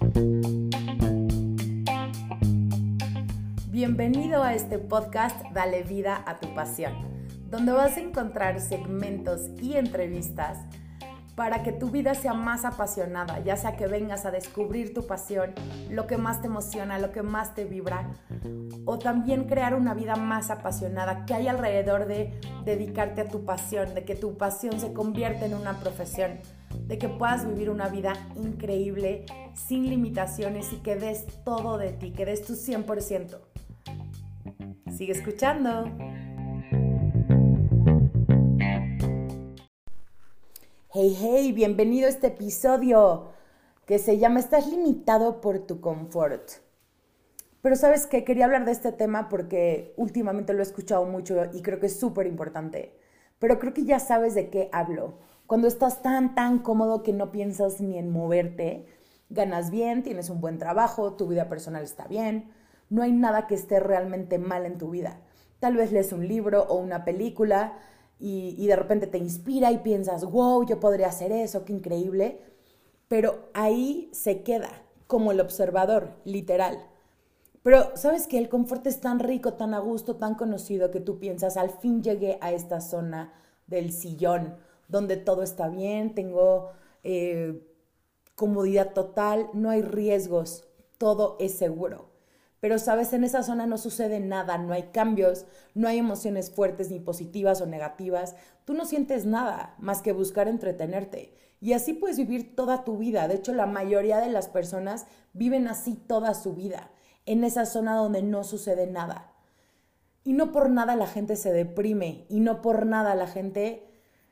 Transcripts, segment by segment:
Bienvenido a este podcast Dale Vida a tu Pasión, donde vas a encontrar segmentos y entrevistas para que tu vida sea más apasionada, ya sea que vengas a descubrir tu pasión, lo que más te emociona, lo que más te vibra, o también crear una vida más apasionada que hay alrededor de dedicarte a tu pasión, de que tu pasión se convierta en una profesión, de que puedas vivir una vida increíble, sin limitaciones y que des todo de ti, que des tu 100%. Sigue escuchando. Hey, bienvenido a este episodio que se llama ¿Estás limitado por tu confort? Pero ¿sabes qué? Quería hablar de este tema porque últimamente lo he escuchado mucho y creo que es súper importante. Pero creo que ya sabes de qué hablo. Cuando estás tan cómodo que no piensas ni en moverte, ganas bien, tienes un buen trabajo, tu vida personal está bien, no hay nada que esté realmente mal en tu vida. Tal vez lees un libro o una película y de repente te inspira y piensas, wow, yo podría hacer eso, qué increíble. Pero ahí se queda, como el observador, literal. Pero ¿sabes qué? El confort es tan rico, tan a gusto, tan conocido que tú piensas, al fin llegué a esta zona del sillón, donde todo está bien, tengo comodidad total, no hay riesgos, todo es seguro. Pero, ¿sabes? En esa zona no sucede nada, no hay cambios, no hay emociones fuertes ni positivas o negativas. Tú no sientes nada más que buscar entretenerte. Y así puedes vivir toda tu vida. De hecho, la mayoría de las personas viven así toda su vida, en esa zona donde no sucede nada. Y no por nada la gente se deprime, y no por nada la gente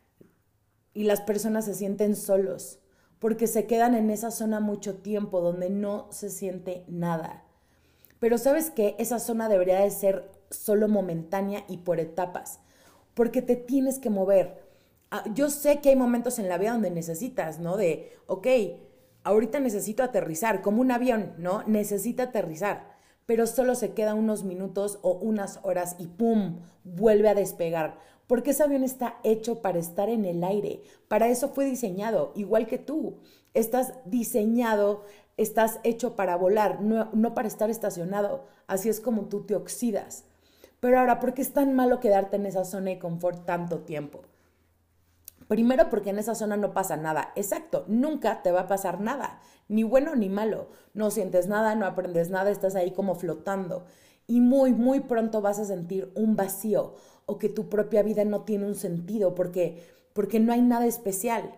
y las personas se sienten solos, porque se quedan en esa zona mucho tiempo donde no se siente nada. Pero ¿sabes qué? Esa zona debería de ser solo momentánea y por etapas, porque te tienes que mover. Yo sé que hay momentos en la vida donde necesitas, ¿no? Ok, ahorita necesito aterrizar, como un avión, ¿no? Necesita aterrizar, pero solo se queda unos minutos o unas horas y ¡pum! Vuelve a despegar, porque ese avión está hecho para estar en el aire, para eso fue diseñado, igual que tú. Estás diseñado, estás hecho para volar, no para estar estacionado. Así es como tú te oxidas. Pero ahora, ¿por qué es tan malo quedarte en esa zona de confort tanto tiempo? Primero, porque en esa zona no pasa nada. Exacto, nunca te va a pasar nada, ni bueno ni malo. No sientes nada, no aprendes nada, estás ahí como flotando. Y muy pronto vas a sentir un vacío o que tu propia vida no tiene un sentido porque no hay nada especial.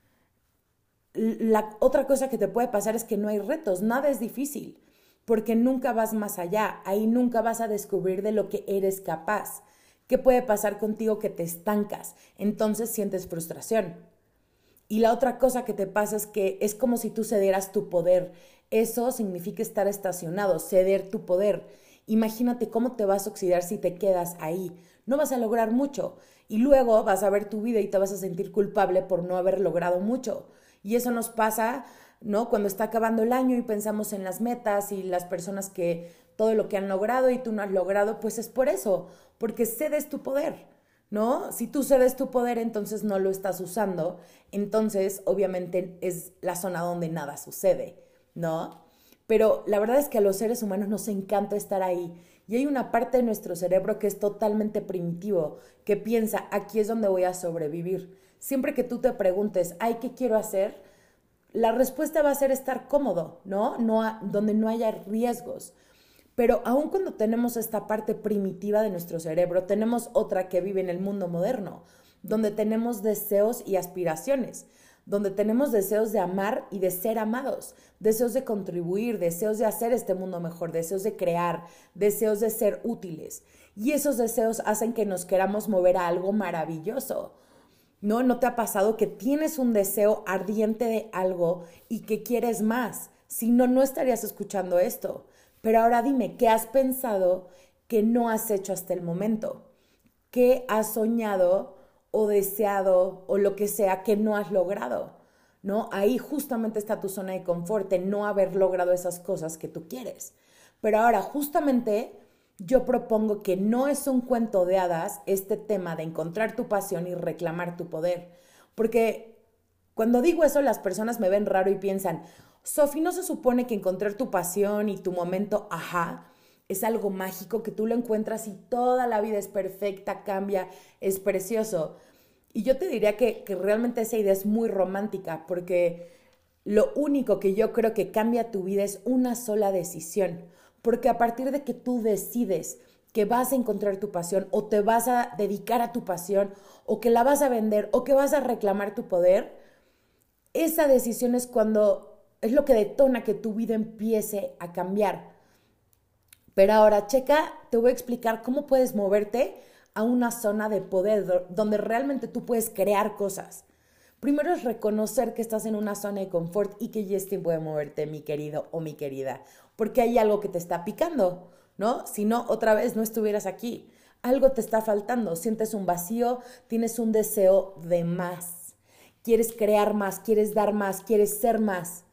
La otra cosa que te puede pasar es que no hay retos, nada es difícil, porque nunca vas más allá, ahí nunca vas a descubrir de lo que eres capaz. ¿Qué puede pasar contigo? Que te estancas, entonces sientes frustración. Y la otra cosa que te pasa es que es como si tú cedieras tu poder. Eso significa estar estacionado, ceder tu poder. Imagínate cómo te vas a oxidar si te quedas ahí. No vas a lograr mucho y luego vas a ver tu vida y te vas a sentir culpable por no haber logrado mucho. Y eso nos pasa, ¿no? Cuando está acabando el año y pensamos en las metas y las personas que todo lo que han logrado y tú no has logrado, pues es por eso, porque cedes tu poder, ¿no? Si tú cedes tu poder, entonces no lo estás usando, entonces obviamente es la zona donde nada sucede, ¿no? Pero la verdad es que a los seres humanos nos encanta estar ahí y hay una parte de nuestro cerebro que es totalmente primitivo, que piensa, aquí es donde voy a sobrevivir. Siempre que tú te preguntes, ay, ¿qué quiero hacer? La respuesta va a ser estar cómodo, ¿no? Donde no haya riesgos. Pero aun cuando tenemos esta parte primitiva de nuestro cerebro, tenemos otra que vive en el mundo moderno, donde tenemos deseos y aspiraciones, donde tenemos deseos de amar y de ser amados, deseos de contribuir, deseos de hacer este mundo mejor, deseos de crear, deseos de ser útiles. Y esos deseos hacen que nos queramos mover a algo maravilloso. ¿No te ha pasado que tienes un deseo ardiente de algo y que quieres más? Si no, no estarías escuchando esto. Pero ahora dime, ¿qué has pensado que no has hecho hasta el momento? ¿Qué has soñado o deseado o lo que sea que no has logrado? ¿No? Ahí justamente está tu zona de confort, en no haber logrado esas cosas que tú quieres. Pero ahora justamente yo propongo que no es un cuento de hadas este tema de encontrar tu pasión y reclamar tu poder, porque Cuando digo eso, las personas me ven raro y piensan, Sofi, ¿no se supone que encontrar tu pasión y tu momento ajá es algo mágico, que tú lo encuentras y toda la vida es perfecta, cambia, es precioso? Y yo te diría que realmente esa idea es muy romántica, porque lo único que yo creo que cambia tu vida es una sola decisión. Porque a partir de que tú decides que vas a encontrar tu pasión o te vas a dedicar a tu pasión o que la vas a vender o que vas a reclamar tu poder, esa decisión es cuando es lo que detona que tu vida empiece a cambiar. Pero ahora, checa, te voy a explicar cómo puedes moverte a una zona de poder donde realmente tú puedes crear cosas. Primero es reconocer que estás en una zona de confort y que ya es tiempo de moverte, mi querido o mi querida, porque hay algo que te está picando, ¿no? Si no, otra vez no estuvieras aquí. Algo te está faltando, sientes un vacío, tienes un deseo de más. Quieres crear más, quieres dar más, quieres ser más.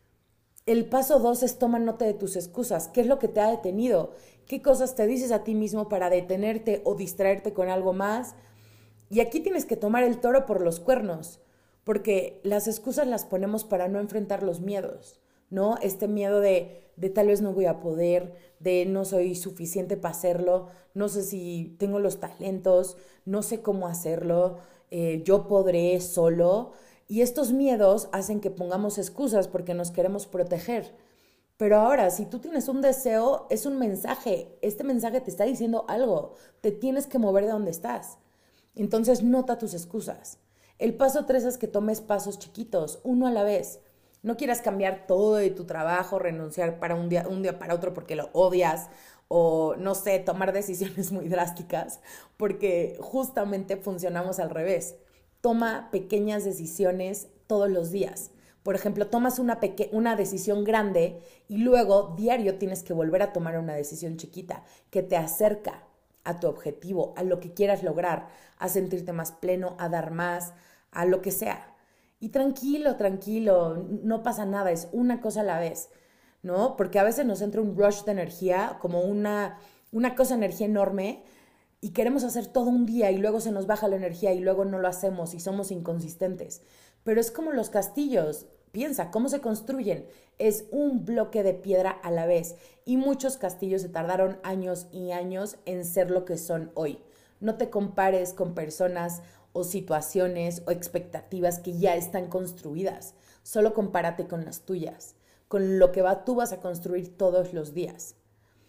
El paso 2 es toma nota de tus excusas. ¿Qué es lo que te ha detenido? ¿Qué cosas te dices a ti mismo para detenerte o distraerte con algo más? Y aquí tienes que tomar el toro por los cuernos, porque las excusas las ponemos para no enfrentar los miedos, ¿no? Este miedo de tal vez no voy a poder, de no soy suficiente para hacerlo, no sé si tengo los talentos, no sé cómo hacerlo, yo podré solo. Y estos miedos hacen que pongamos excusas porque nos queremos proteger. Pero ahora, si tú tienes un deseo, es un mensaje. Este mensaje te está diciendo algo. Te tienes que mover de donde estás. Entonces, nota tus excusas. El paso 3 es que tomes pasos chiquitos, uno a la vez. No quieras cambiar todo de tu trabajo, renunciar para un día para otro porque lo odias, o no sé, tomar decisiones muy drásticas, porque justamente funcionamos al revés. Toma pequeñas decisiones todos los días. Por ejemplo, tomas una decisión grande y luego diario tienes que volver a tomar una decisión chiquita que te acerca a tu objetivo, a lo que quieras lograr, a sentirte más pleno, a dar más, a lo que sea. Y tranquilo, tranquilo, no pasa nada, es una cosa a la vez, ¿no? Porque a veces nos entra un rush de energía, como una cosa de energía enorme, y queremos hacer todo un día y luego se nos baja la energía y luego no lo hacemos y somos inconsistentes. Pero es como los castillos. Piensa, ¿cómo se construyen? Es un bloque de piedra a la vez y muchos castillos se tardaron años y años en ser lo que son hoy. No te compares con personas o situaciones o expectativas que ya están construidas. Solo compárate con las tuyas, con lo que tú vas a construir todos los días.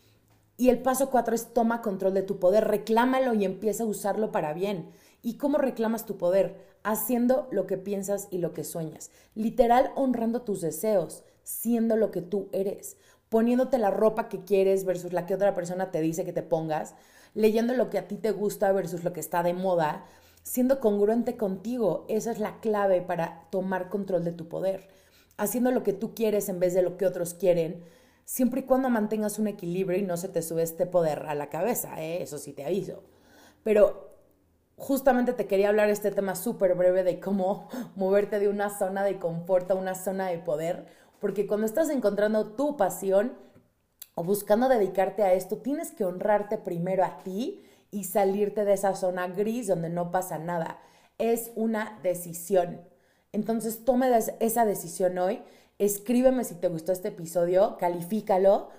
Y el paso 4 es toma control de tu poder, reclámalo y empieza a usarlo para bien. ¿Y cómo reclamas tu poder? Haciendo lo que piensas y lo que sueñas. Literal, honrando tus deseos, siendo lo que tú eres, poniéndote la ropa que quieres versus la que otra persona te dice que te pongas, leyendo lo que a ti te gusta versus lo que está de moda, siendo congruente contigo. Esa es la clave para tomar control de tu poder. Haciendo lo que tú quieres en vez de lo que otros quieren, siempre y cuando mantengas un equilibrio y no se te sube este poder a la cabeza, eso sí te aviso. Pero justamente te quería hablar de este tema súper breve de cómo moverte de una zona de confort a una zona de poder, porque cuando estás encontrando tu pasión o buscando dedicarte a esto, tienes que honrarte primero a ti y salirte de esa zona gris donde no pasa nada. Es una decisión. Entonces toma esa decisión hoy. Escríbeme si te gustó este episodio, califícalo,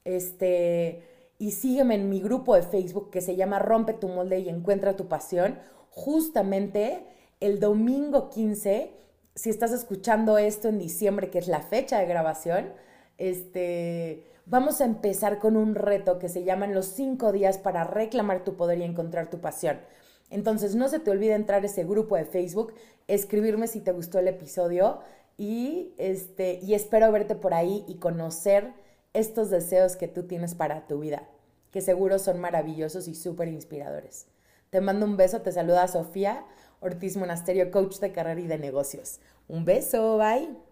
y sígueme en mi grupo de Facebook que se llama Rompe tu molde y encuentra tu pasión. Justamente el domingo 15, si estás escuchando esto en diciembre, que es la fecha de grabación, vamos a empezar con un reto que se llaman los 5 días para reclamar tu poder y encontrar tu pasión. Entonces no se te olvide entrar a ese grupo de Facebook, escribirme si te gustó el episodio y espero verte por ahí y conocer estos deseos que tú tienes para tu vida, que seguro son maravillosos y súper inspiradores. Te mando un beso, te saluda Sofía Ortiz Monasterio, coach de carrera y de negocios. Un beso, bye.